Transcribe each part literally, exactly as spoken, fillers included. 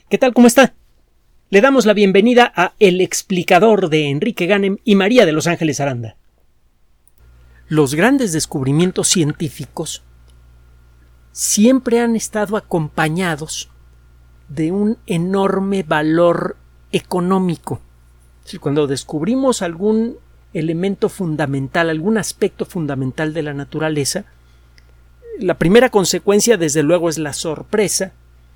¿Qué tal? ¿Cómo está? Le damos la bienvenida a El Explicador de Enrique Ganem y María de Los Ángeles Aranda. Los grandes descubrimientos científicos siempre han estado acompañados de un enorme valor económico. Si cuando descubrimos algún elemento fundamental, algún aspecto fundamental de la naturaleza, la primera consecuencia, desde luego, es la sorpresa,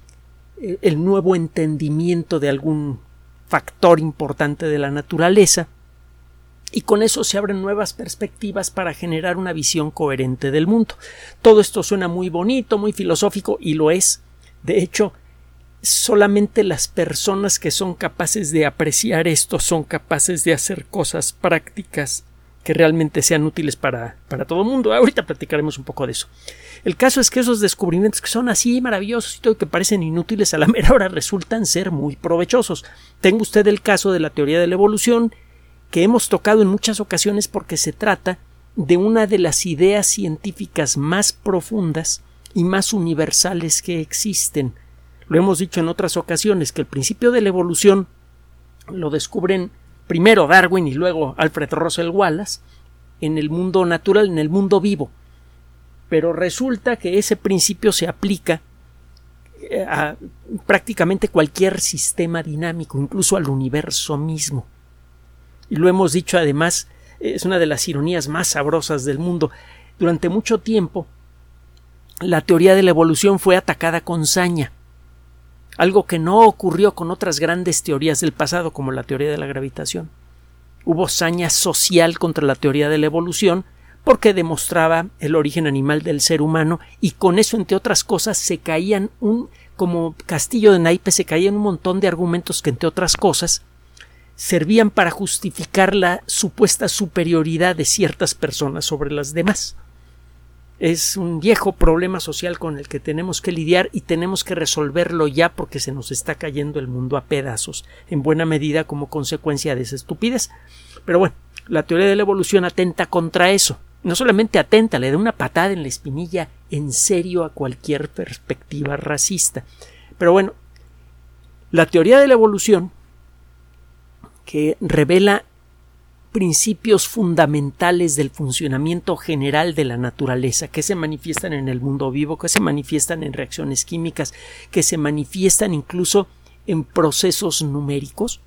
el nuevo entendimiento de algún factor importante de la naturaleza, y con eso se abren nuevas perspectivas para generar una visión coherente del mundo. Todo esto suena muy bonito, muy filosófico, y lo es. De hecho, solamente las personas que son capaces de apreciar esto son capaces de hacer cosas prácticas que realmente sean útiles para, para todo el mundo. Ahorita platicaremos un poco de eso. El caso es que esos descubrimientos que son así maravillosos y todo, que parecen inútiles, a la mera hora resultan ser muy provechosos. Tenga usted el caso de la teoría de la evolución, que hemos tocado en muchas ocasiones porque se trata de una de las ideas científicas más profundas y más universales que existen. Lo hemos dicho en otras ocasiones, que el principio de la evolución lo descubren primero Darwin y luego Alfred Russel Wallace en el mundo natural, en el mundo vivo. Pero resulta que ese principio se aplica a prácticamente cualquier sistema dinámico, incluso al universo mismo. Y lo hemos dicho, además, es una de las ironías más sabrosas del mundo. Durante mucho tiempo, la teoría de la evolución fue atacada con saña, algo que no ocurrió con otras grandes teorías del pasado, como la teoría de la gravitación. Hubo saña social contra la teoría de la evolución porque demostraba el origen animal del ser humano, y con eso, entre otras cosas, se caían un como castillo de naipes, se caían un montón de argumentos que, entre otras cosas, servían para justificar la supuesta superioridad de ciertas personas sobre las demás. Es un viejo problema social con el que tenemos que lidiar y tenemos que resolverlo ya, porque se nos está cayendo el mundo a pedazos, en buena medida como consecuencia de esa estupidez. Pero bueno, la teoría de la evolución atenta contra eso. No solamente atenta, le da una patada en la espinilla en serio a cualquier perspectiva racista. Pero bueno, la teoría de la evolución, que revela principios fundamentales del funcionamiento general de la naturaleza, que se manifiestan en el mundo vivo, que se manifiestan en reacciones químicas, que se manifiestan incluso en procesos numéricos,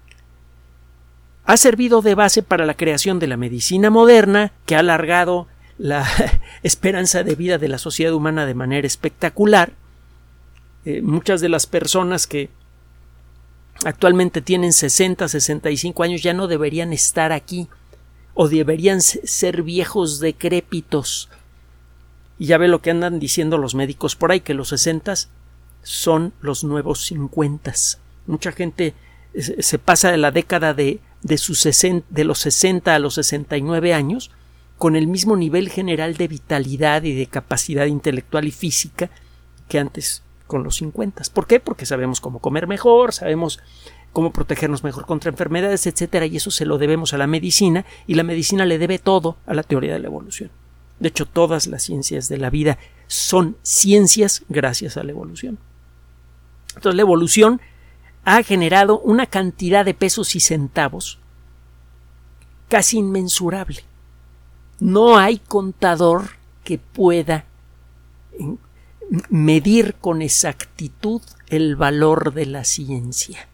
ha servido de base para la creación de la medicina moderna, que ha alargado la esperanza de vida de la sociedad humana de manera espectacular. Eh, muchas de las personas que actualmente tienen sesenta, sesenta y cinco años ya no deberían estar aquí, o deberían ser viejos decrépitos. Y ya ve lo que andan diciendo los médicos por ahí, que los sesentas son los nuevos cincuentas. Mucha gente se pasa de la década de, de, sus sesenta, de los sesenta a los sesenta y nueve años con el mismo nivel general de vitalidad y de capacidad intelectual y física que antes con los cincuenta. ¿Por qué? Porque sabemos cómo comer mejor, sabemos cómo protegernos mejor contra enfermedades, etcétera, y eso se lo debemos a la medicina, y la medicina le debe todo a la teoría de la evolución. De hecho, todas las ciencias de la vida son ciencias gracias a la evolución. Entonces, la evolución ha generado una cantidad de pesos y centavos casi inmensurable. No hay contador que pueda medir con exactitud el valor de la ciencia.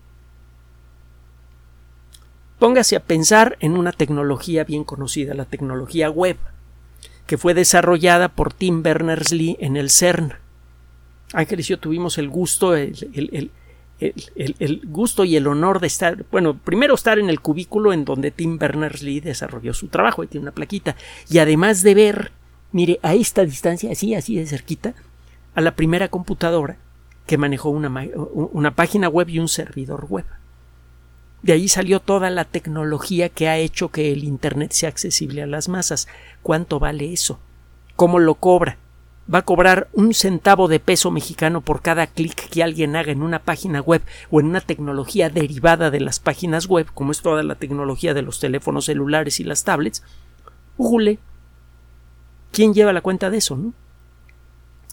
Póngase a pensar en una tecnología bien conocida, la tecnología web, que fue desarrollada por Tim Berners-Lee en el CERN. Ángeles y yo tuvimos el gusto, el, el, el, el, el, el gusto y el honor de estar, bueno, primero estar en el cubículo en donde Tim Berners-Lee desarrolló su trabajo, y tiene una plaquita, y además de ver, mire, a esta distancia, así, así de cerquita, a la primera computadora que manejó una, una página web y un servidor web. De ahí salió toda la tecnología que ha hecho que el Internet sea accesible a las masas. ¿Cuánto vale eso? ¿Cómo lo cobra? ¿Va a cobrar un centavo de peso mexicano por cada clic que alguien haga en una página web o en una tecnología derivada de las páginas web, como es toda la tecnología de los teléfonos celulares y las tablets? Ujule, ¿quién lleva la cuenta de eso, no?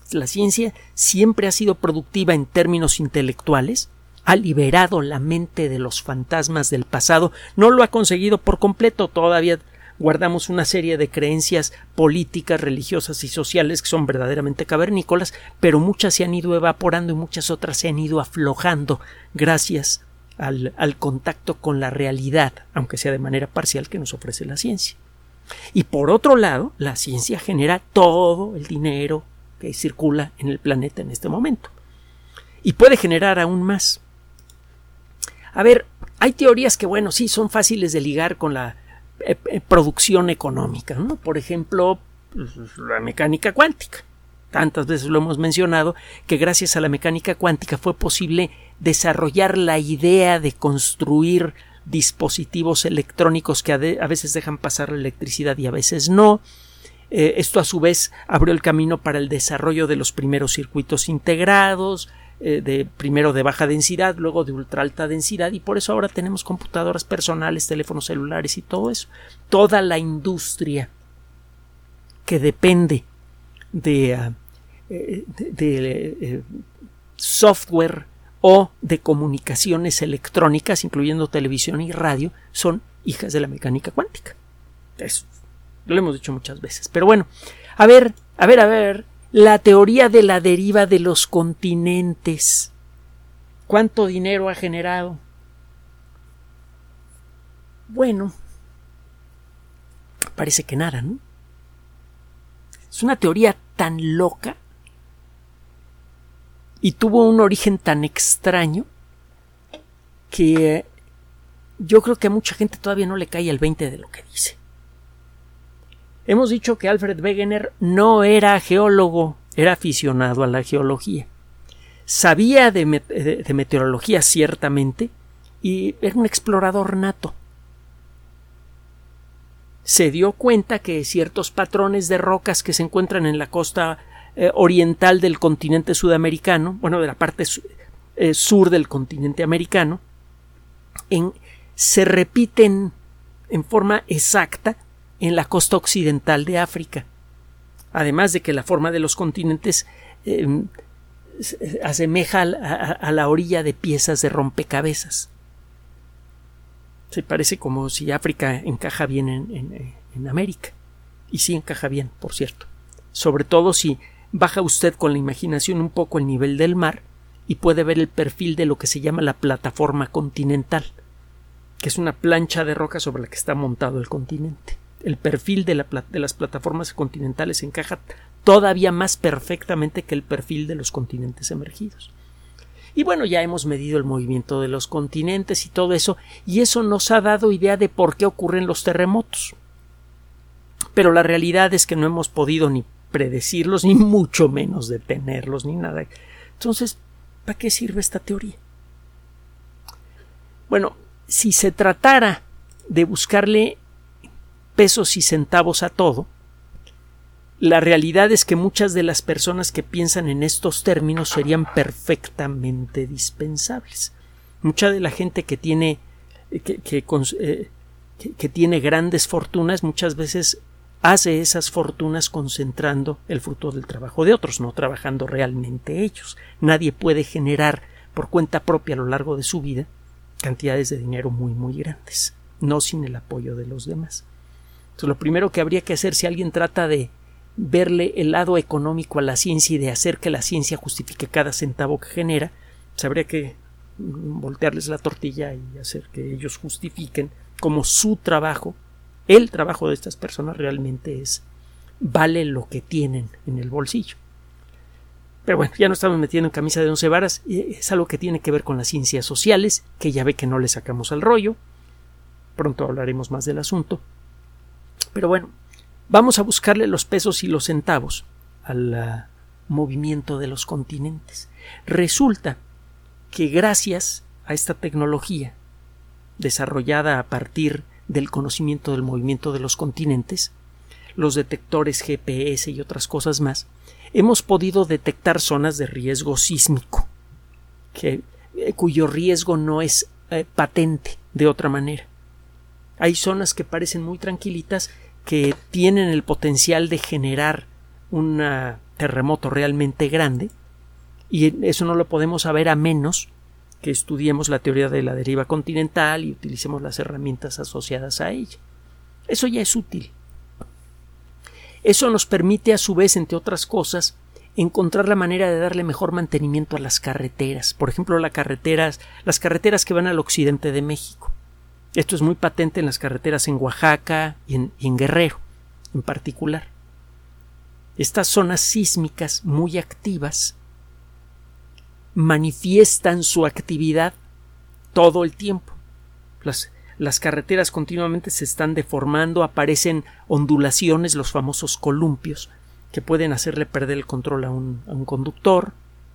La ciencia siempre ha sido productiva en términos intelectuales, ha liberado la mente de los fantasmas del pasado, no lo ha conseguido por completo, todavía guardamos una serie de creencias políticas, religiosas y sociales que son verdaderamente cavernícolas, pero muchas se han ido evaporando y muchas otras se han ido aflojando gracias al, al contacto con la realidad, aunque sea de manera parcial, que nos ofrece la ciencia. Y por otro lado, la ciencia genera todo el dinero que circula en el planeta en este momento. Y puede generar aún más. A ver, hay teorías que, bueno, sí, son fáciles de ligar con la eh, eh, producción económica, ¿no? Por ejemplo, la mecánica cuántica. Tantas veces lo hemos mencionado que gracias a la mecánica cuántica fue posible desarrollar la idea de construir dispositivos electrónicos que a, de, a veces dejan pasar la electricidad y a veces no. Eh, esto a su vez abrió el camino para el desarrollo de los primeros circuitos integrados, eh, de, primero de baja densidad, luego de ultra alta densidad, y por eso ahora tenemos computadoras personales, teléfonos celulares y todo eso. Toda la industria que depende de, uh, de, de eh, software o de comunicaciones electrónicas, incluyendo televisión y radio, son hijas de la mecánica cuántica. Eso lo hemos dicho muchas veces. Pero bueno, a ver, a ver, a ver, la teoría de la deriva de los continentes. ¿Cuánto dinero ha generado? Bueno, parece que nada, ¿no? Es una teoría tan loca y tuvo un origen tan extraño que yo creo que a mucha gente todavía no le cae el veinte de lo que dice. Hemos dicho que Alfred Wegener no era geólogo, era aficionado a la geología. Sabía de, me- de, de meteorología ciertamente y era un explorador nato. Se dio cuenta que ciertos patrones de rocas que se encuentran en la costa eh, oriental del continente sudamericano, bueno, de la parte su- eh, sur del continente americano, en, se repiten en forma exacta en la costa occidental de África. Además de que la forma de los continentes eh, asemeja a, a, a la orilla de piezas de rompecabezas. Se parece como si África encaja bien en, en, en América. Y sí encaja bien, por cierto. Sobre todo si baja usted con la imaginación un poco el nivel del mar y puede ver el perfil de lo que se llama la plataforma continental, que es una plancha de roca sobre la que está montado el continente. El perfil de, la, de las plataformas continentales encaja todavía más perfectamente que el perfil de los continentes emergidos. Y bueno, ya hemos medido el movimiento de los continentes y todo eso, y eso nos ha dado idea de por qué ocurren los terremotos. Pero la realidad es que no hemos podido ni predecirlos, ni mucho menos detenerlos, ni nada. Entonces, ¿para qué sirve esta teoría? Bueno, si se tratara de buscarle pesos y centavos a todo, la realidad es que muchas de las personas que piensan en estos términos serían perfectamente dispensables. Mucha de la gente que tiene que, que, eh, que, que tiene grandes fortunas muchas veces hace esas fortunas concentrando el fruto del trabajo de otros, no trabajando realmente ellos. Nadie puede generar por cuenta propia a lo largo de su vida cantidades de dinero muy muy grandes, no sin el apoyo de los demás. Entonces, lo primero que habría que hacer si alguien trata de verle el lado económico a la ciencia y de hacer que la ciencia justifique cada centavo que genera, pues habría que voltearles la tortilla y hacer que ellos justifiquen cómo su trabajo, el trabajo de estas personas realmente es vale lo que tienen en el bolsillo. Pero bueno, ya no estamos metiendo en camisa de once varas, es algo que tiene que ver con las ciencias sociales, que ya ve que no le sacamos al rollo. Pronto hablaremos más del asunto. Pero bueno, vamos a buscarle los pesos y los centavos al uh, movimiento de los continentes. Resulta que gracias a esta tecnología desarrollada a partir del conocimiento del movimiento de los continentes, los detectores G P S y otras cosas más, hemos podido detectar zonas de riesgo sísmico, que, eh, cuyo riesgo no es eh, patente de otra manera. Hay zonas que parecen muy tranquilitas que tienen el potencial de generar una terremoto realmente grande, y eso no lo podemos saber a menos que estudiemos la teoría de la deriva continental y utilicemos las herramientas asociadas a ella. Eso ya es útil. Eso nos permite, a su vez, entre otras cosas, encontrar la manera de darle mejor mantenimiento a las carreteras. Por ejemplo, las carreteras, las carreteras que van al occidente de México. Esto es muy patente en las carreteras en Oaxaca y en, y en Guerrero, en particular. Estas zonas sísmicas muy activas manifiestan su actividad todo el tiempo. Las, las carreteras continuamente se están deformando, aparecen ondulaciones, los famosos columpios, que pueden hacerle perder el control a un, a un conductor.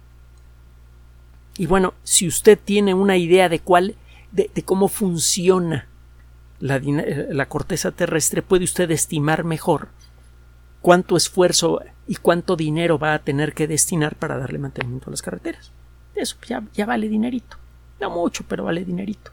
Y bueno, si usted tiene una idea de cuál, de, de cómo funciona la, la corteza terrestre, puede usted estimar mejor cuánto esfuerzo y cuánto dinero va a tener que destinar para darle mantenimiento a las carreteras. Eso ya, ya vale dinerito. No mucho, pero vale dinerito.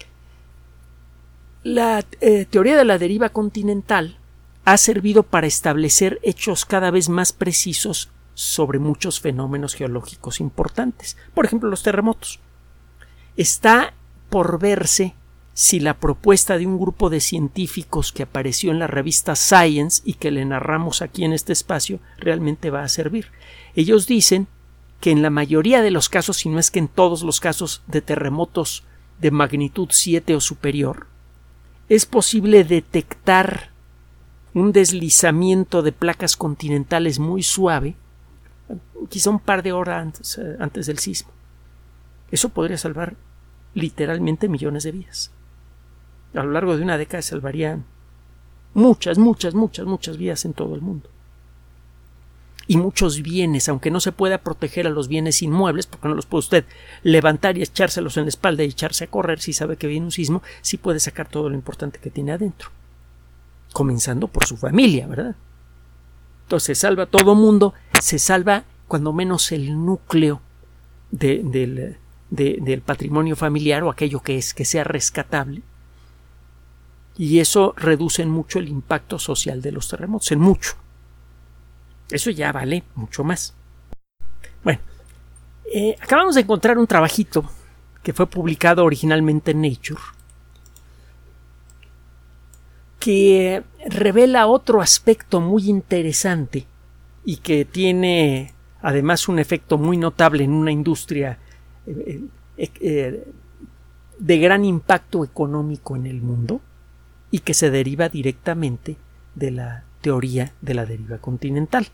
La eh, teoría de la deriva continental ha servido para establecer hechos cada vez más precisos sobre muchos fenómenos geológicos importantes. Por ejemplo, los terremotos. Está por verse si la propuesta de un grupo de científicos que apareció en la revista Science y que le narramos aquí en este espacio realmente va a servir. Ellos dicen que en la mayoría de los casos, si no es que en todos los casos de terremotos de magnitud siete o superior, es posible detectar un deslizamiento de placas continentales muy suave, quizá un par de horas antes, antes del sismo. Eso podría salvar literalmente millones de vidas. A lo largo de una década salvaría muchas, muchas, muchas, muchas vidas en todo el mundo. Y muchos bienes, aunque no se pueda proteger a los bienes inmuebles, porque no los puede usted levantar y echárselos en la espalda y echarse a correr si sabe que viene un sismo, sí puede sacar todo lo importante que tiene adentro. Comenzando por su familia, ¿verdad? Entonces se salva todo mundo, se salva cuando menos el núcleo de, del, de, del patrimonio familiar o aquello que es que sea rescatable, y eso reduce en mucho el impacto social de los terremotos, en mucho. Eso ya vale mucho más. Bueno, eh, acabamos de encontrar un trabajito que fue publicado originalmente en Nature, que revela otro aspecto muy interesante y que tiene además un efecto muy notable en una industria eh, eh, eh, de gran impacto económico en el mundo y que se deriva directamente de la teoría de la deriva continental.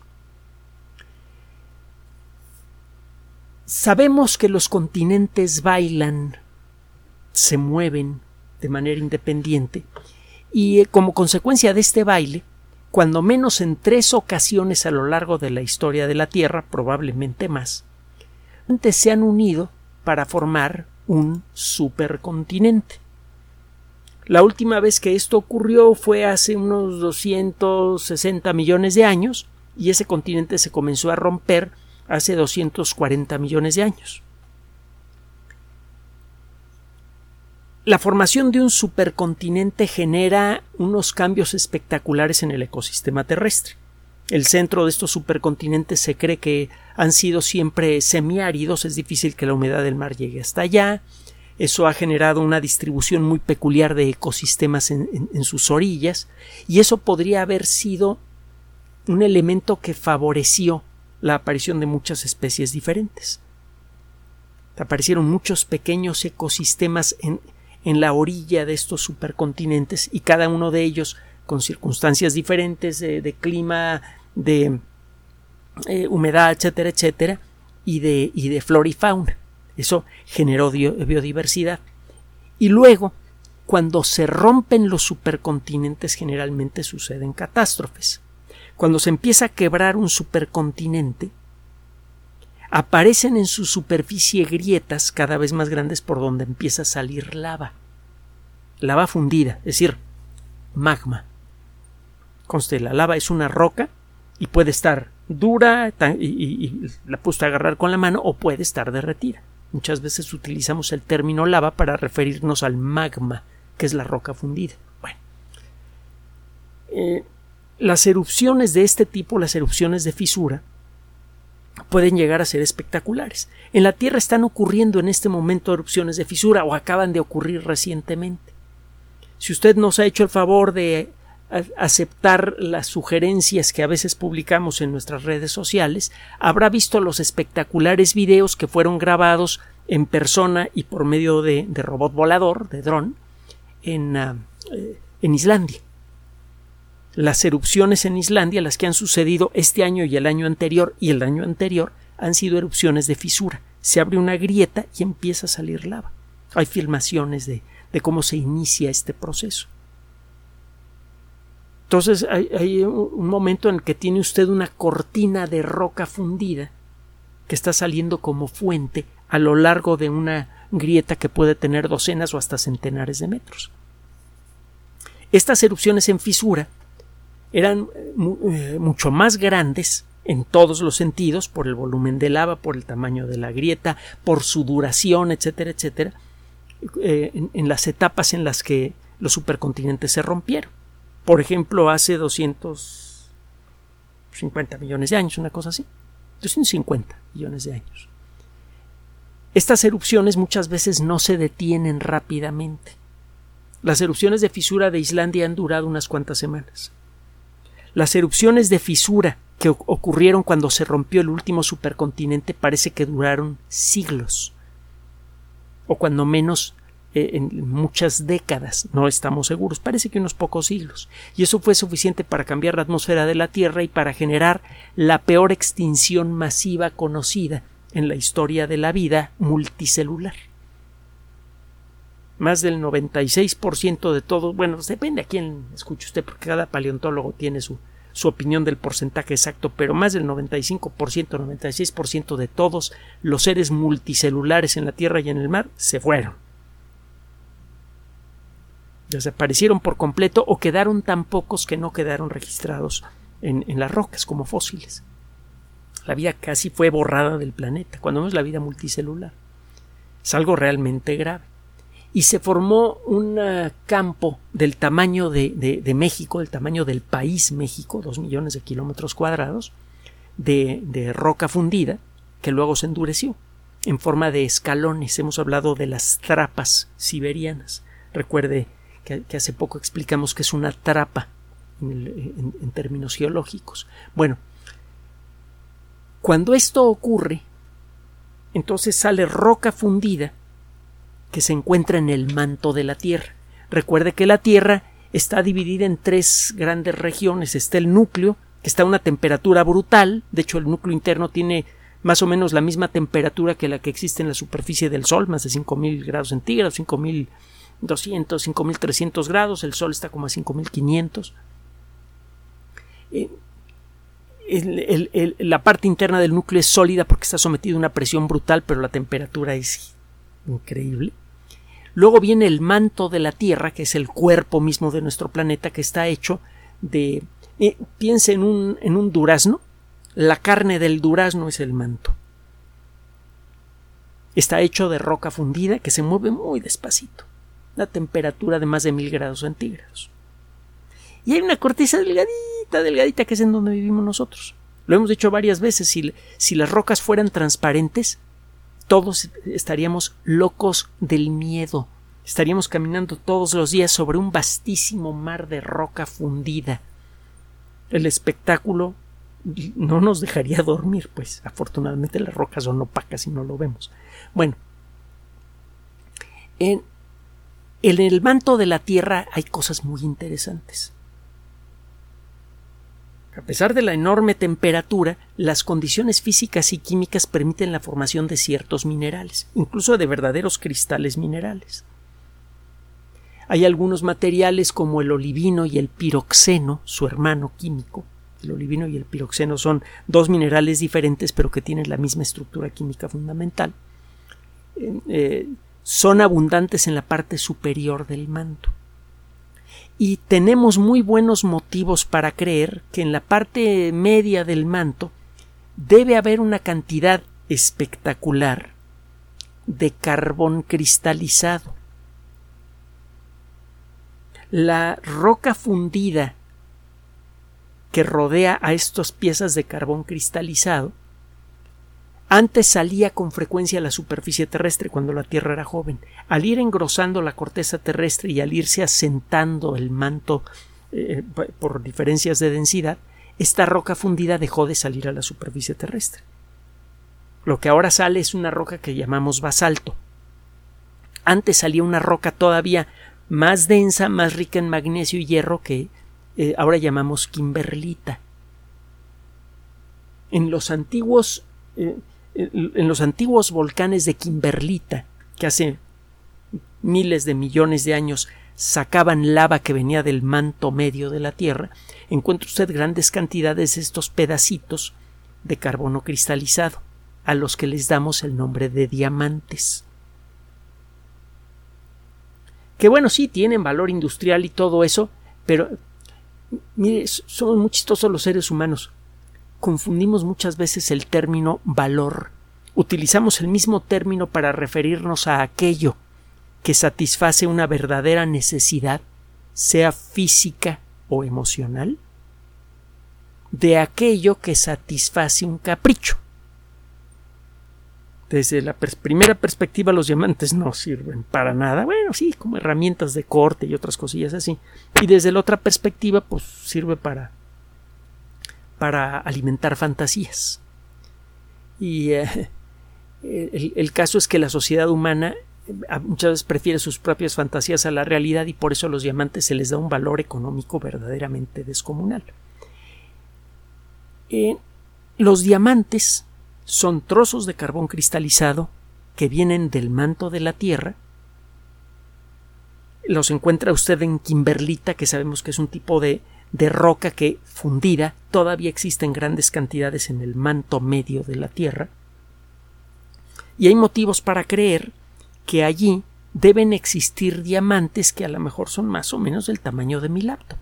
Sabemos que los continentes bailan, se mueven de manera independiente y como consecuencia de este baile, cuando menos en tres ocasiones a lo largo de la historia de la Tierra, probablemente más, se han unido para formar un supercontinente. La última vez que esto ocurrió fue hace unos doscientos sesenta millones de años y ese continente se comenzó a romper hace doscientos cuarenta millones de años. La formación de un supercontinente genera unos cambios espectaculares en el ecosistema terrestre. El centro de estos supercontinentes se cree que han sido siempre semiáridos, es difícil que la humedad del mar llegue hasta allá. Eso ha generado una distribución muy peculiar de ecosistemas en, en, en sus orillas, y eso podría haber sido un elemento que favoreció la aparición de muchas especies diferentes. Aparecieron muchos pequeños ecosistemas en, en la orilla de estos supercontinentes y cada uno de ellos con circunstancias diferentes de, de clima, de eh, humedad, etcétera, etcétera, y de, y de flora y fauna. Eso generó biodiversidad. Y luego, cuando se rompen los supercontinentes, generalmente suceden catástrofes. Cuando se empieza a quebrar un supercontinente, aparecen en su superficie grietas cada vez más grandes por donde empieza a salir lava. Lava fundida, es decir, magma. Conste, la lava es una roca y puede estar dura y, y, y la puede usted agarrar con la mano o puede estar derretida. Muchas veces utilizamos el término lava para referirnos al magma, que es la roca fundida. Bueno, eh, las erupciones de este tipo, las erupciones de fisura, pueden llegar a ser espectaculares. En la Tierra están ocurriendo en este momento erupciones de fisura o acaban de ocurrir recientemente. Si usted nos ha hecho el favor de aceptar las sugerencias que a veces publicamos en nuestras redes sociales, habrá visto los espectaculares videos que fueron grabados en persona y por medio de, de robot volador, de dron, en, uh, en Islandia. Las erupciones en Islandia, las que han sucedido este año y el año anterior y el año anterior, han sido erupciones de fisura. Se abre una grieta y empieza a salir lava. Hay filmaciones de, de cómo se inicia este proceso. Entonces hay, hay un momento en el que tiene usted una cortina de roca fundida que está saliendo como fuente a lo largo de una grieta que puede tener docenas o hasta centenares de metros. Estas erupciones en fisura eran eh, mucho más grandes en todos los sentidos, por el volumen de lava, por el tamaño de la grieta, por su duración, etcétera, etcétera, eh, en, en las etapas en las que los supercontinentes se rompieron. Por ejemplo, hace doscientos cincuenta millones de años, una cosa así. doscientos cincuenta millones de años. Estas erupciones muchas veces no se detienen rápidamente. Las erupciones de fisura de Islandia han durado unas cuantas semanas. Las erupciones de fisura que ocurrieron cuando se rompió el último supercontinente parece que duraron siglos, o cuando menos eh, en muchas décadas, no estamos seguros, parece que unos pocos siglos, y eso fue suficiente para cambiar la atmósfera de la Tierra y para generar la peor extinción masiva conocida en la historia de la vida multicelular. Más del noventa y seis por ciento de todo, bueno, depende a quién escuche usted, porque cada paleontólogo tiene su, su opinión del porcentaje exacto, pero más del noventa y cinco por ciento, noventa y seis por ciento de todos los seres multicelulares en la Tierra y en el mar se fueron. Desaparecieron por completo o quedaron tan pocos que no quedaron registrados en, en las rocas como fósiles. La vida casi fue borrada del planeta, cuando vemos la vida multicelular. Es algo realmente grave. Y se formó un uh, campo del tamaño de, de, de México, del tamaño del país México, dos millones de kilómetros cuadrados, de, de roca fundida, que luego se endureció en forma de escalones. Hemos hablado de las trapas siberianas. Recuerde que, que hace poco explicamos que es una trapa en, el, en, en términos geológicos. Bueno, cuando esto ocurre, entonces sale roca fundida que se encuentra en el manto de la Tierra. Recuerde que la Tierra está dividida en tres grandes regiones. Está el núcleo, que está a una temperatura brutal. De hecho, el núcleo interno tiene más o menos la misma temperatura que la que existe en la superficie del Sol, más de cinco mil grados centígrados, cinco mil doscientos, cinco mil trescientos grados. El Sol está como a cinco mil quinientos. Eh, el, el, el, la parte interna del núcleo es sólida porque está sometida a una presión brutal, pero la temperatura es increíble. Luego viene el manto de la Tierra, que es el cuerpo mismo de nuestro planeta, que está hecho de... Eh, piense en un, en un durazno. La carne del durazno es el manto. Está hecho de roca fundida que se mueve muy despacito, a temperatura de más de mil grados centígrados. Y hay una corteza delgadita, delgadita, que es en donde vivimos nosotros. Lo hemos dicho varias veces, si, si las rocas fueran transparentes, todos estaríamos locos del miedo. Estaríamos caminando todos los días sobre un vastísimo mar de roca fundida. El espectáculo no nos dejaría dormir, pues afortunadamente las rocas son opacas y no lo vemos. Bueno, en, en el manto de la Tierra hay cosas muy interesantes. A pesar de la enorme temperatura, las condiciones físicas y químicas permiten la formación de ciertos minerales, incluso de verdaderos cristales minerales. Hay algunos materiales como el olivino y el piroxeno, su hermano químico. El olivino y el piroxeno son dos minerales diferentes, pero que tienen la misma estructura química fundamental. Eh, eh, son abundantes en la parte superior del manto. Y tenemos muy buenos motivos para creer que en la parte media del manto debe haber una cantidad espectacular de carbón cristalizado. La roca fundida que rodea a estas piezas de carbón cristalizado Antes salía con frecuencia a la superficie terrestre cuando la Tierra era joven. Al ir engrosando la corteza terrestre y al irse asentando el manto eh, por diferencias de densidad, esta roca fundida dejó de salir a la superficie terrestre. Lo que ahora sale es una roca que llamamos basalto. Antes salía una roca todavía más densa, más rica en magnesio y hierro, que eh, ahora llamamos kimberlita. En los antiguos eh, en los antiguos volcanes de kimberlita, que hace miles de millones de años sacaban lava que venía del manto medio de la Tierra, encuentra usted grandes cantidades de estos pedacitos de carbono cristalizado, a los que les damos el nombre de diamantes. Que bueno, sí, tienen valor industrial y todo eso, pero mire, somos muy chistosos los seres humanos. Confundimos muchas veces el término valor. Utilizamos el mismo término para referirnos a aquello que satisface una verdadera necesidad, sea física o emocional, de aquello que satisface un capricho. Desde la pers- primera perspectiva, los diamantes no sirven para nada. Bueno, sí, como herramientas de corte y otras cosillas así. Y desde la otra perspectiva, pues sirve para para alimentar fantasías. Y eh, el, el caso es que la sociedad humana muchas veces prefiere sus propias fantasías a la realidad, y por eso a los diamantes se les da un valor económico verdaderamente descomunal. Eh, los diamantes son trozos de carbón cristalizado que vienen del manto de la Tierra. Los encuentra usted en kimberlita, que sabemos que es un tipo de de roca que, fundida, todavía existe en grandes cantidades en el manto medio de la Tierra, y hay motivos para creer que allí deben existir diamantes que a lo mejor son más o menos del tamaño de mi laptop.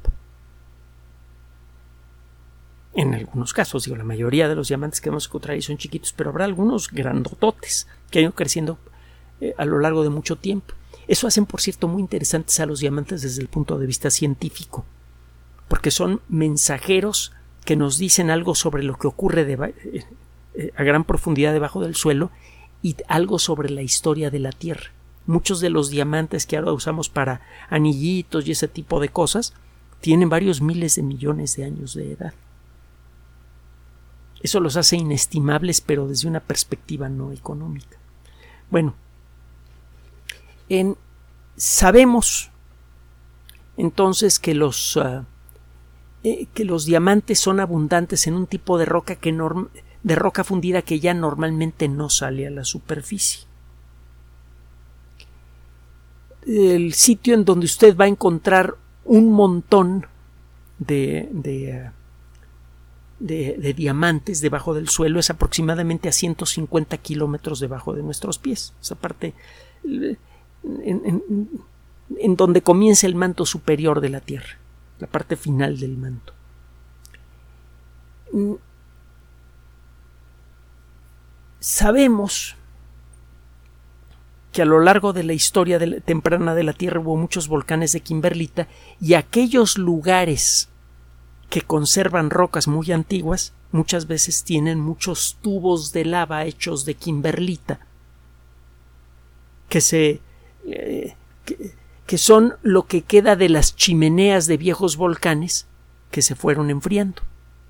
En algunos casos, digo, la mayoría de los diamantes que vamos a encontrar ahí son chiquitos, pero habrá algunos grandototes que han ido creciendo eh, a lo largo de mucho tiempo. Eso hacen, por cierto, muy interesantes a los diamantes desde el punto de vista científico, porque son mensajeros que nos dicen algo sobre lo que ocurre de, eh, a gran profundidad debajo del suelo, y algo sobre la historia de la Tierra. Muchos de los diamantes que ahora usamos para anillitos y ese tipo de cosas tienen varios miles de millones de años de edad. Eso los hace inestimables, pero desde una perspectiva no económica. Bueno, en, sabemos entonces que los uh, Eh, que los diamantes son abundantes en un tipo de roca que norm- de roca fundida que ya normalmente no sale a la superficie. El sitio en donde usted va a encontrar un montón de, de, de, de diamantes debajo del suelo es aproximadamente a ciento cincuenta kilómetros debajo de nuestros pies. Esa parte en, en, en donde comienza el manto superior de la Tierra, la parte final del manto. Sabemos que a lo largo de la historia de la, temprana de la Tierra hubo muchos volcanes de kimberlita, y aquellos lugares que conservan rocas muy antiguas muchas veces tienen muchos tubos de lava hechos de kimberlita que se eh, que, que son lo que queda de las chimeneas de viejos volcanes que se fueron enfriando.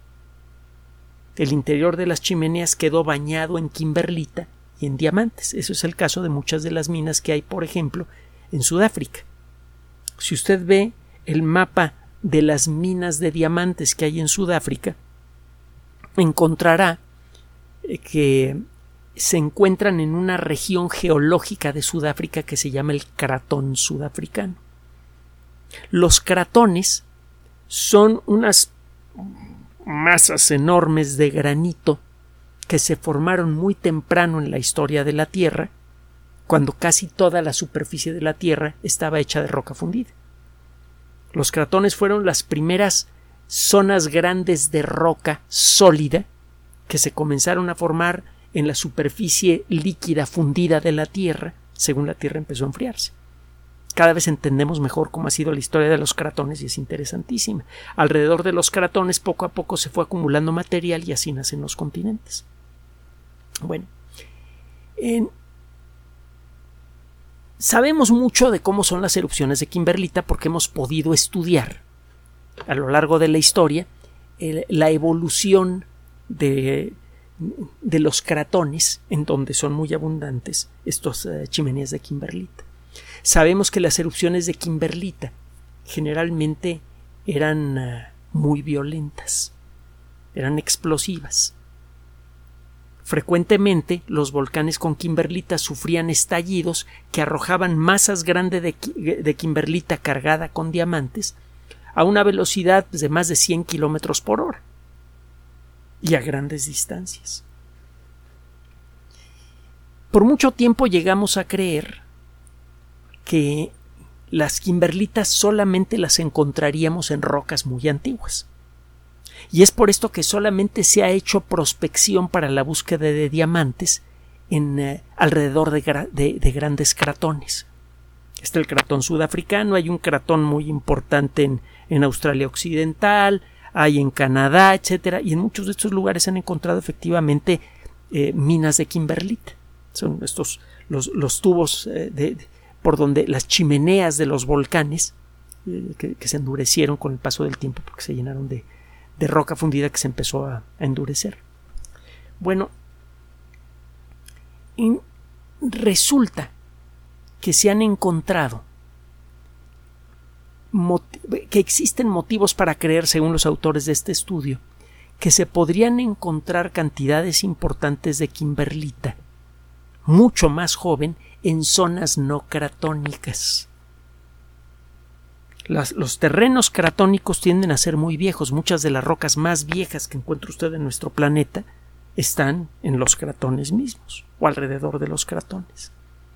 El interior de las chimeneas quedó bañado en kimberlita y en diamantes. Eso es el caso de muchas de las minas que hay, por ejemplo, en Sudáfrica. Si usted ve el mapa de las minas de diamantes que hay en Sudáfrica, encontrará que se encuentran en una región geológica de Sudáfrica que se llama el cratón sudafricano. Los cratones son unas masas enormes de granito que se formaron muy temprano en la historia de la Tierra, cuando casi toda la superficie de la Tierra estaba hecha de roca fundida. Los cratones fueron las primeras zonas grandes de roca sólida que se comenzaron a formar en la superficie líquida fundida de la Tierra, según la Tierra empezó a enfriarse. Cada vez entendemos mejor cómo ha sido la historia de los cratones y es interesantísima. Alrededor de los cratones poco a poco se fue acumulando material y así nacen los continentes. Bueno, en, sabemos mucho de cómo son las erupciones de kimberlita porque hemos podido estudiar a lo largo de la historia el, la evolución de, de los cratones en donde son muy abundantes estas uh, chimeneas de kimberlita. Sabemos que las erupciones de kimberlita generalmente eran uh, muy violentas, eran explosivas. Frecuentemente los volcanes con kimberlita sufrían estallidos que arrojaban masas grandes de, de kimberlita cargada con diamantes a una velocidad de más de cien kilómetros por hora y a grandes distancias. Por mucho tiempo llegamos a creer que las kimberlitas solamente las encontraríamos en rocas muy antiguas. Y es por esto que solamente se ha hecho prospección para la búsqueda de diamantes en, eh, alrededor de, gra de, de grandes cratones. Está el cratón sudafricano, hay un cratón muy importante en, en Australia Occidental, hay en Canadá, etcétera, y en muchos de estos lugares se han encontrado efectivamente eh, minas de kimberlita. Son estos los, los tubos eh, de, de, por donde las chimeneas de los volcanes eh, que, que se endurecieron con el paso del tiempo porque se llenaron de de roca fundida que se empezó a, a endurecer. Bueno, y resulta que se han encontrado que existen motivos para creer, según los autores de este estudio, que se podrían encontrar cantidades importantes de kimberlita mucho más joven en zonas no cratónicas. Las, los terrenos cratónicos tienden a ser muy viejos. Muchas de las rocas más viejas que encuentra usted en nuestro planeta están en los cratones mismos o alrededor de los cratones.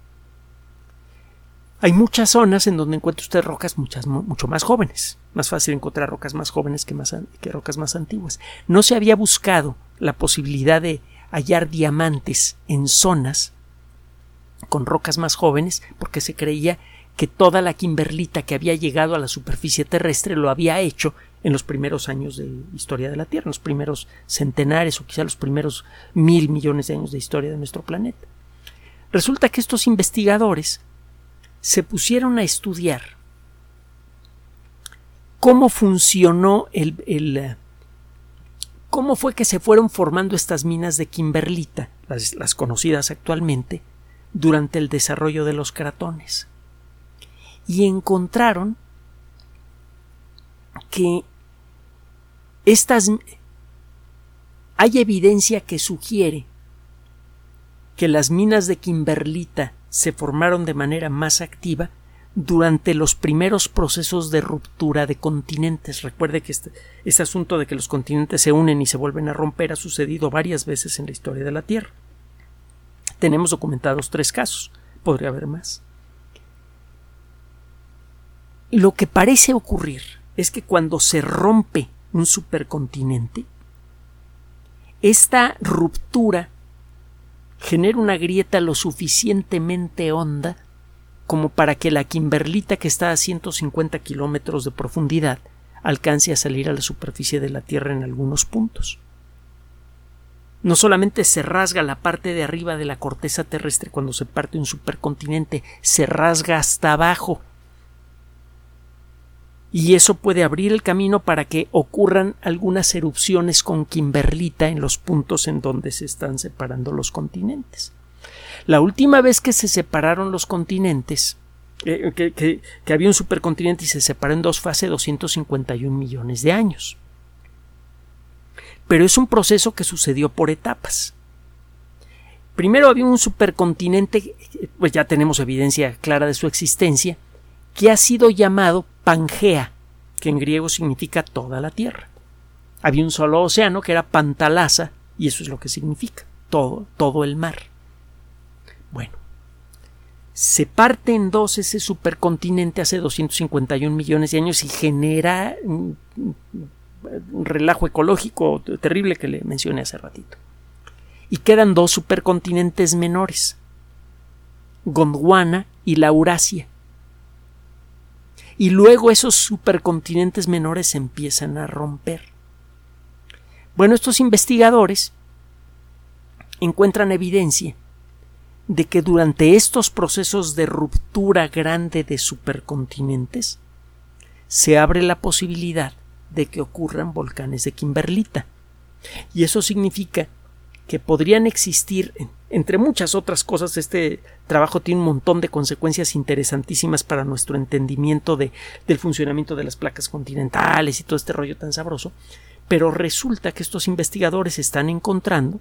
Hay muchas zonas en donde encuentra usted rocas muchas, mucho más jóvenes. Más fácil encontrar rocas más jóvenes que, más, que rocas más antiguas. No se había buscado la posibilidad de hallar diamantes en zonas con rocas más jóvenes porque se creía que toda la kimberlita que había llegado a la superficie terrestre lo había hecho en los primeros años de historia de la Tierra, en los primeros centenares o quizá los primeros mil millones de años de historia de nuestro planeta. Resulta que estos investigadores se pusieron a estudiar cómo funcionó el, el cómo fue que se fueron formando estas minas de kimberlita, las, las conocidas actualmente, durante el desarrollo de los cratones. Y encontraron que estas hay evidencia que sugiere que las minas de kimberlita se formaron de manera más activa durante los primeros procesos de ruptura de continentes. Recuerde que este, este asunto de que los continentes se unen y se vuelven a romper ha sucedido varias veces en la historia de la Tierra. Tenemos documentados tres casos, podría haber más. Lo que parece ocurrir es que cuando se rompe un supercontinente, esta ruptura genera una grieta lo suficientemente honda como para que la kimberlita que está a ciento cincuenta kilómetros de profundidad alcance a salir a la superficie de la Tierra en algunos puntos. No solamente se rasga la parte de arriba de la corteza terrestre cuando se parte un supercontinente, se rasga hasta abajo. Y eso puede abrir el camino para que ocurran algunas erupciones con kimberlita en los puntos en donde se están separando los continentes. La última vez que se separaron los continentes, eh, que, que, que había un supercontinente y se separó en dos fue hace doscientos cincuenta y un millones de años. Pero es un proceso que sucedió por etapas. Primero había un supercontinente, pues ya tenemos evidencia clara de su existencia, que ha sido llamado Pangea, que en griego significa toda la Tierra. Había un solo océano que era Pantalasa, y eso es lo que significa, todo, todo el mar. Bueno, se parte en dos ese supercontinente hace doscientos cincuenta y un millones de años y genera un, un relajo ecológico terrible que le mencioné hace ratito. Y quedan dos supercontinentes menores, Gondwana y la Eurasia. Y luego esos supercontinentes menores se empiezan a romper. Bueno, estos investigadores encuentran evidencia de que durante estos procesos de ruptura grande de supercontinentes se abre la posibilidad de que ocurran volcanes de kimberlita. Y eso significa que podrían existir, entre muchas otras cosas, este trabajo tiene un montón de consecuencias interesantísimas para nuestro entendimiento de, del funcionamiento de las placas continentales y todo este rollo tan sabroso, pero resulta que estos investigadores están encontrando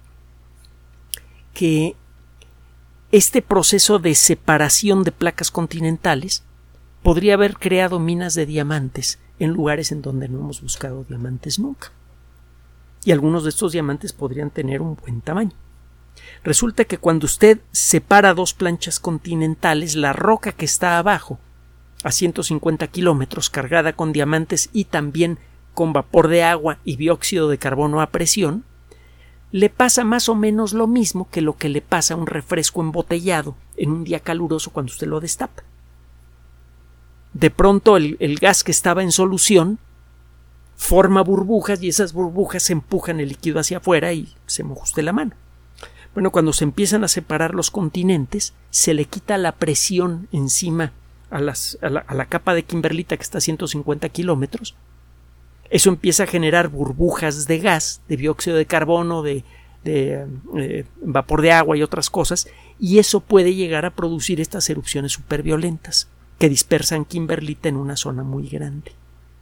que este proceso de separación de placas continentales podría haber creado minas de diamantes en lugares en donde no hemos buscado diamantes nunca. Y algunos de estos diamantes podrían tener un buen tamaño. Resulta que cuando usted separa dos planchas continentales, la roca que está abajo, a ciento cincuenta kilómetros, cargada con diamantes y también con vapor de agua y dióxido de carbono a presión, le pasa más o menos lo mismo que lo que le pasa a un refresco embotellado en un día caluroso cuando usted lo destapa. De pronto el, el gas que estaba en solución forma burbujas y esas burbujas empujan el líquido hacia afuera y se moja usted la mano. Bueno, cuando se empiezan a separar los continentes, se le quita la presión encima a, las, a, la, a la capa de kimberlita que está a ciento cincuenta kilómetros. Eso empieza a generar burbujas de gas, de dióxido de carbono, de, de eh, vapor de agua y otras cosas, y eso puede llegar a producir estas erupciones superviolentas que dispersan kimberlita en una zona muy grande.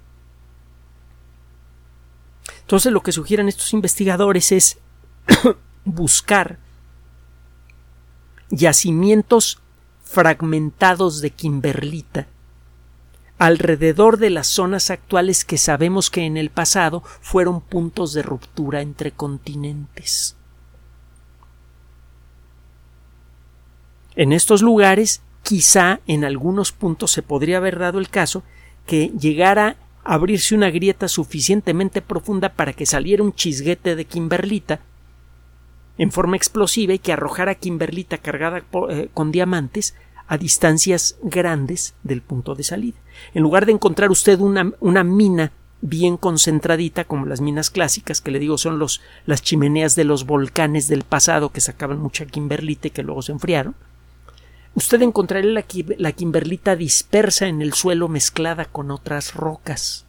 Entonces, lo que sugieren estos investigadores es buscar yacimientos fragmentados de kimberlita alrededor de las zonas actuales que sabemos que en el pasado fueron puntos de ruptura entre continentes. En estos lugares, quizá en algunos puntos se podría haber dado el caso que llegara a abrirse una grieta suficientemente profunda para que saliera un chisguete de kimberlita en forma explosiva y que arrojara kimberlita cargada por, eh, con diamantes a distancias grandes del punto de salida. En lugar de encontrar usted una, una mina bien concentradita, como las minas clásicas, que le digo son los, las chimeneas de los volcanes del pasado que sacaban mucha kimberlita y que luego se enfriaron, usted encontraría la, la kimberlita dispersa en el suelo mezclada con otras rocas.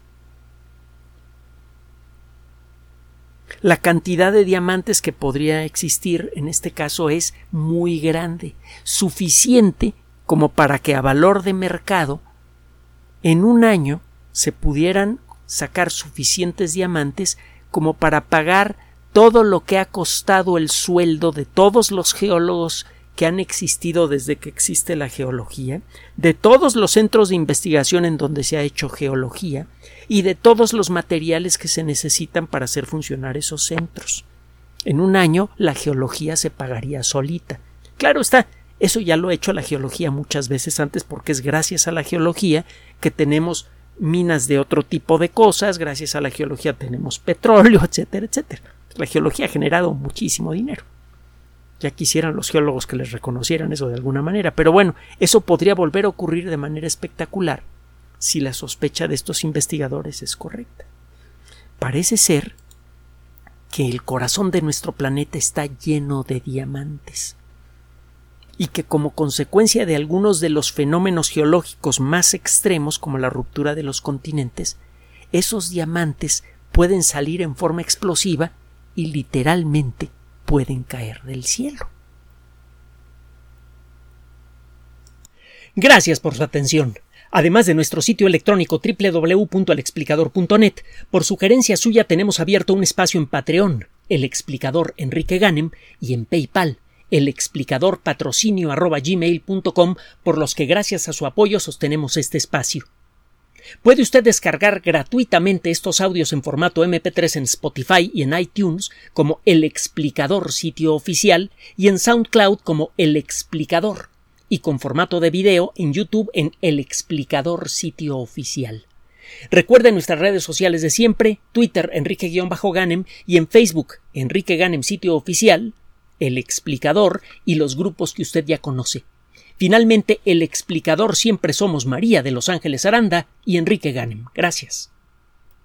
La cantidad de diamantes que podría existir en este caso es muy grande, suficiente como para que a valor de mercado en un año se pudieran sacar suficientes diamantes como para pagar todo lo que ha costado el sueldo de todos los geólogos que han existido desde que existe la geología, de todos los centros de investigación en donde se ha hecho geología y de todos los materiales que se necesitan para hacer funcionar esos centros. En un año la geología se pagaría solita. Claro está, eso ya lo ha hecho la geología muchas veces antes porque es gracias a la geología que tenemos minas de otro tipo de cosas, gracias a la geología tenemos petróleo, etcétera, etcétera. La geología ha generado muchísimo dinero. Ya quisieran los geólogos que les reconocieran eso de alguna manera, pero bueno, eso podría volver a ocurrir de manera espectacular si la sospecha de estos investigadores es correcta. Parece ser que el corazón de nuestro planeta está lleno de diamantes y que como consecuencia de algunos de los fenómenos geológicos más extremos, como la ruptura de los continentes, esos diamantes pueden salir en forma explosiva y literalmente pueden caer del cielo. Gracias por su atención. Además de nuestro sitio electrónico doble u doble u doble u punto el explicador punto net, por sugerencia suya tenemos abierto un espacio en Patreon, el explicador Enrique Ganem, y en PayPal, el explicador patrocinio arroba gmail punto com, por los que gracias a su apoyo sostenemos este espacio. Puede usted descargar gratuitamente estos audios en formato eme pe tres en Spotify y en iTunes como El Explicador sitio oficial y en SoundCloud como El Explicador, y con formato de video en YouTube en El Explicador sitio oficial. Recuerde nuestras redes sociales de siempre, Twitter Enrique-Ganem y en Facebook Enrique Ganem sitio oficial, El Explicador y los grupos que usted ya conoce. Finalmente, El Explicador siempre somos María de Los Ángeles Aranda y Enrique Ganem. Gracias.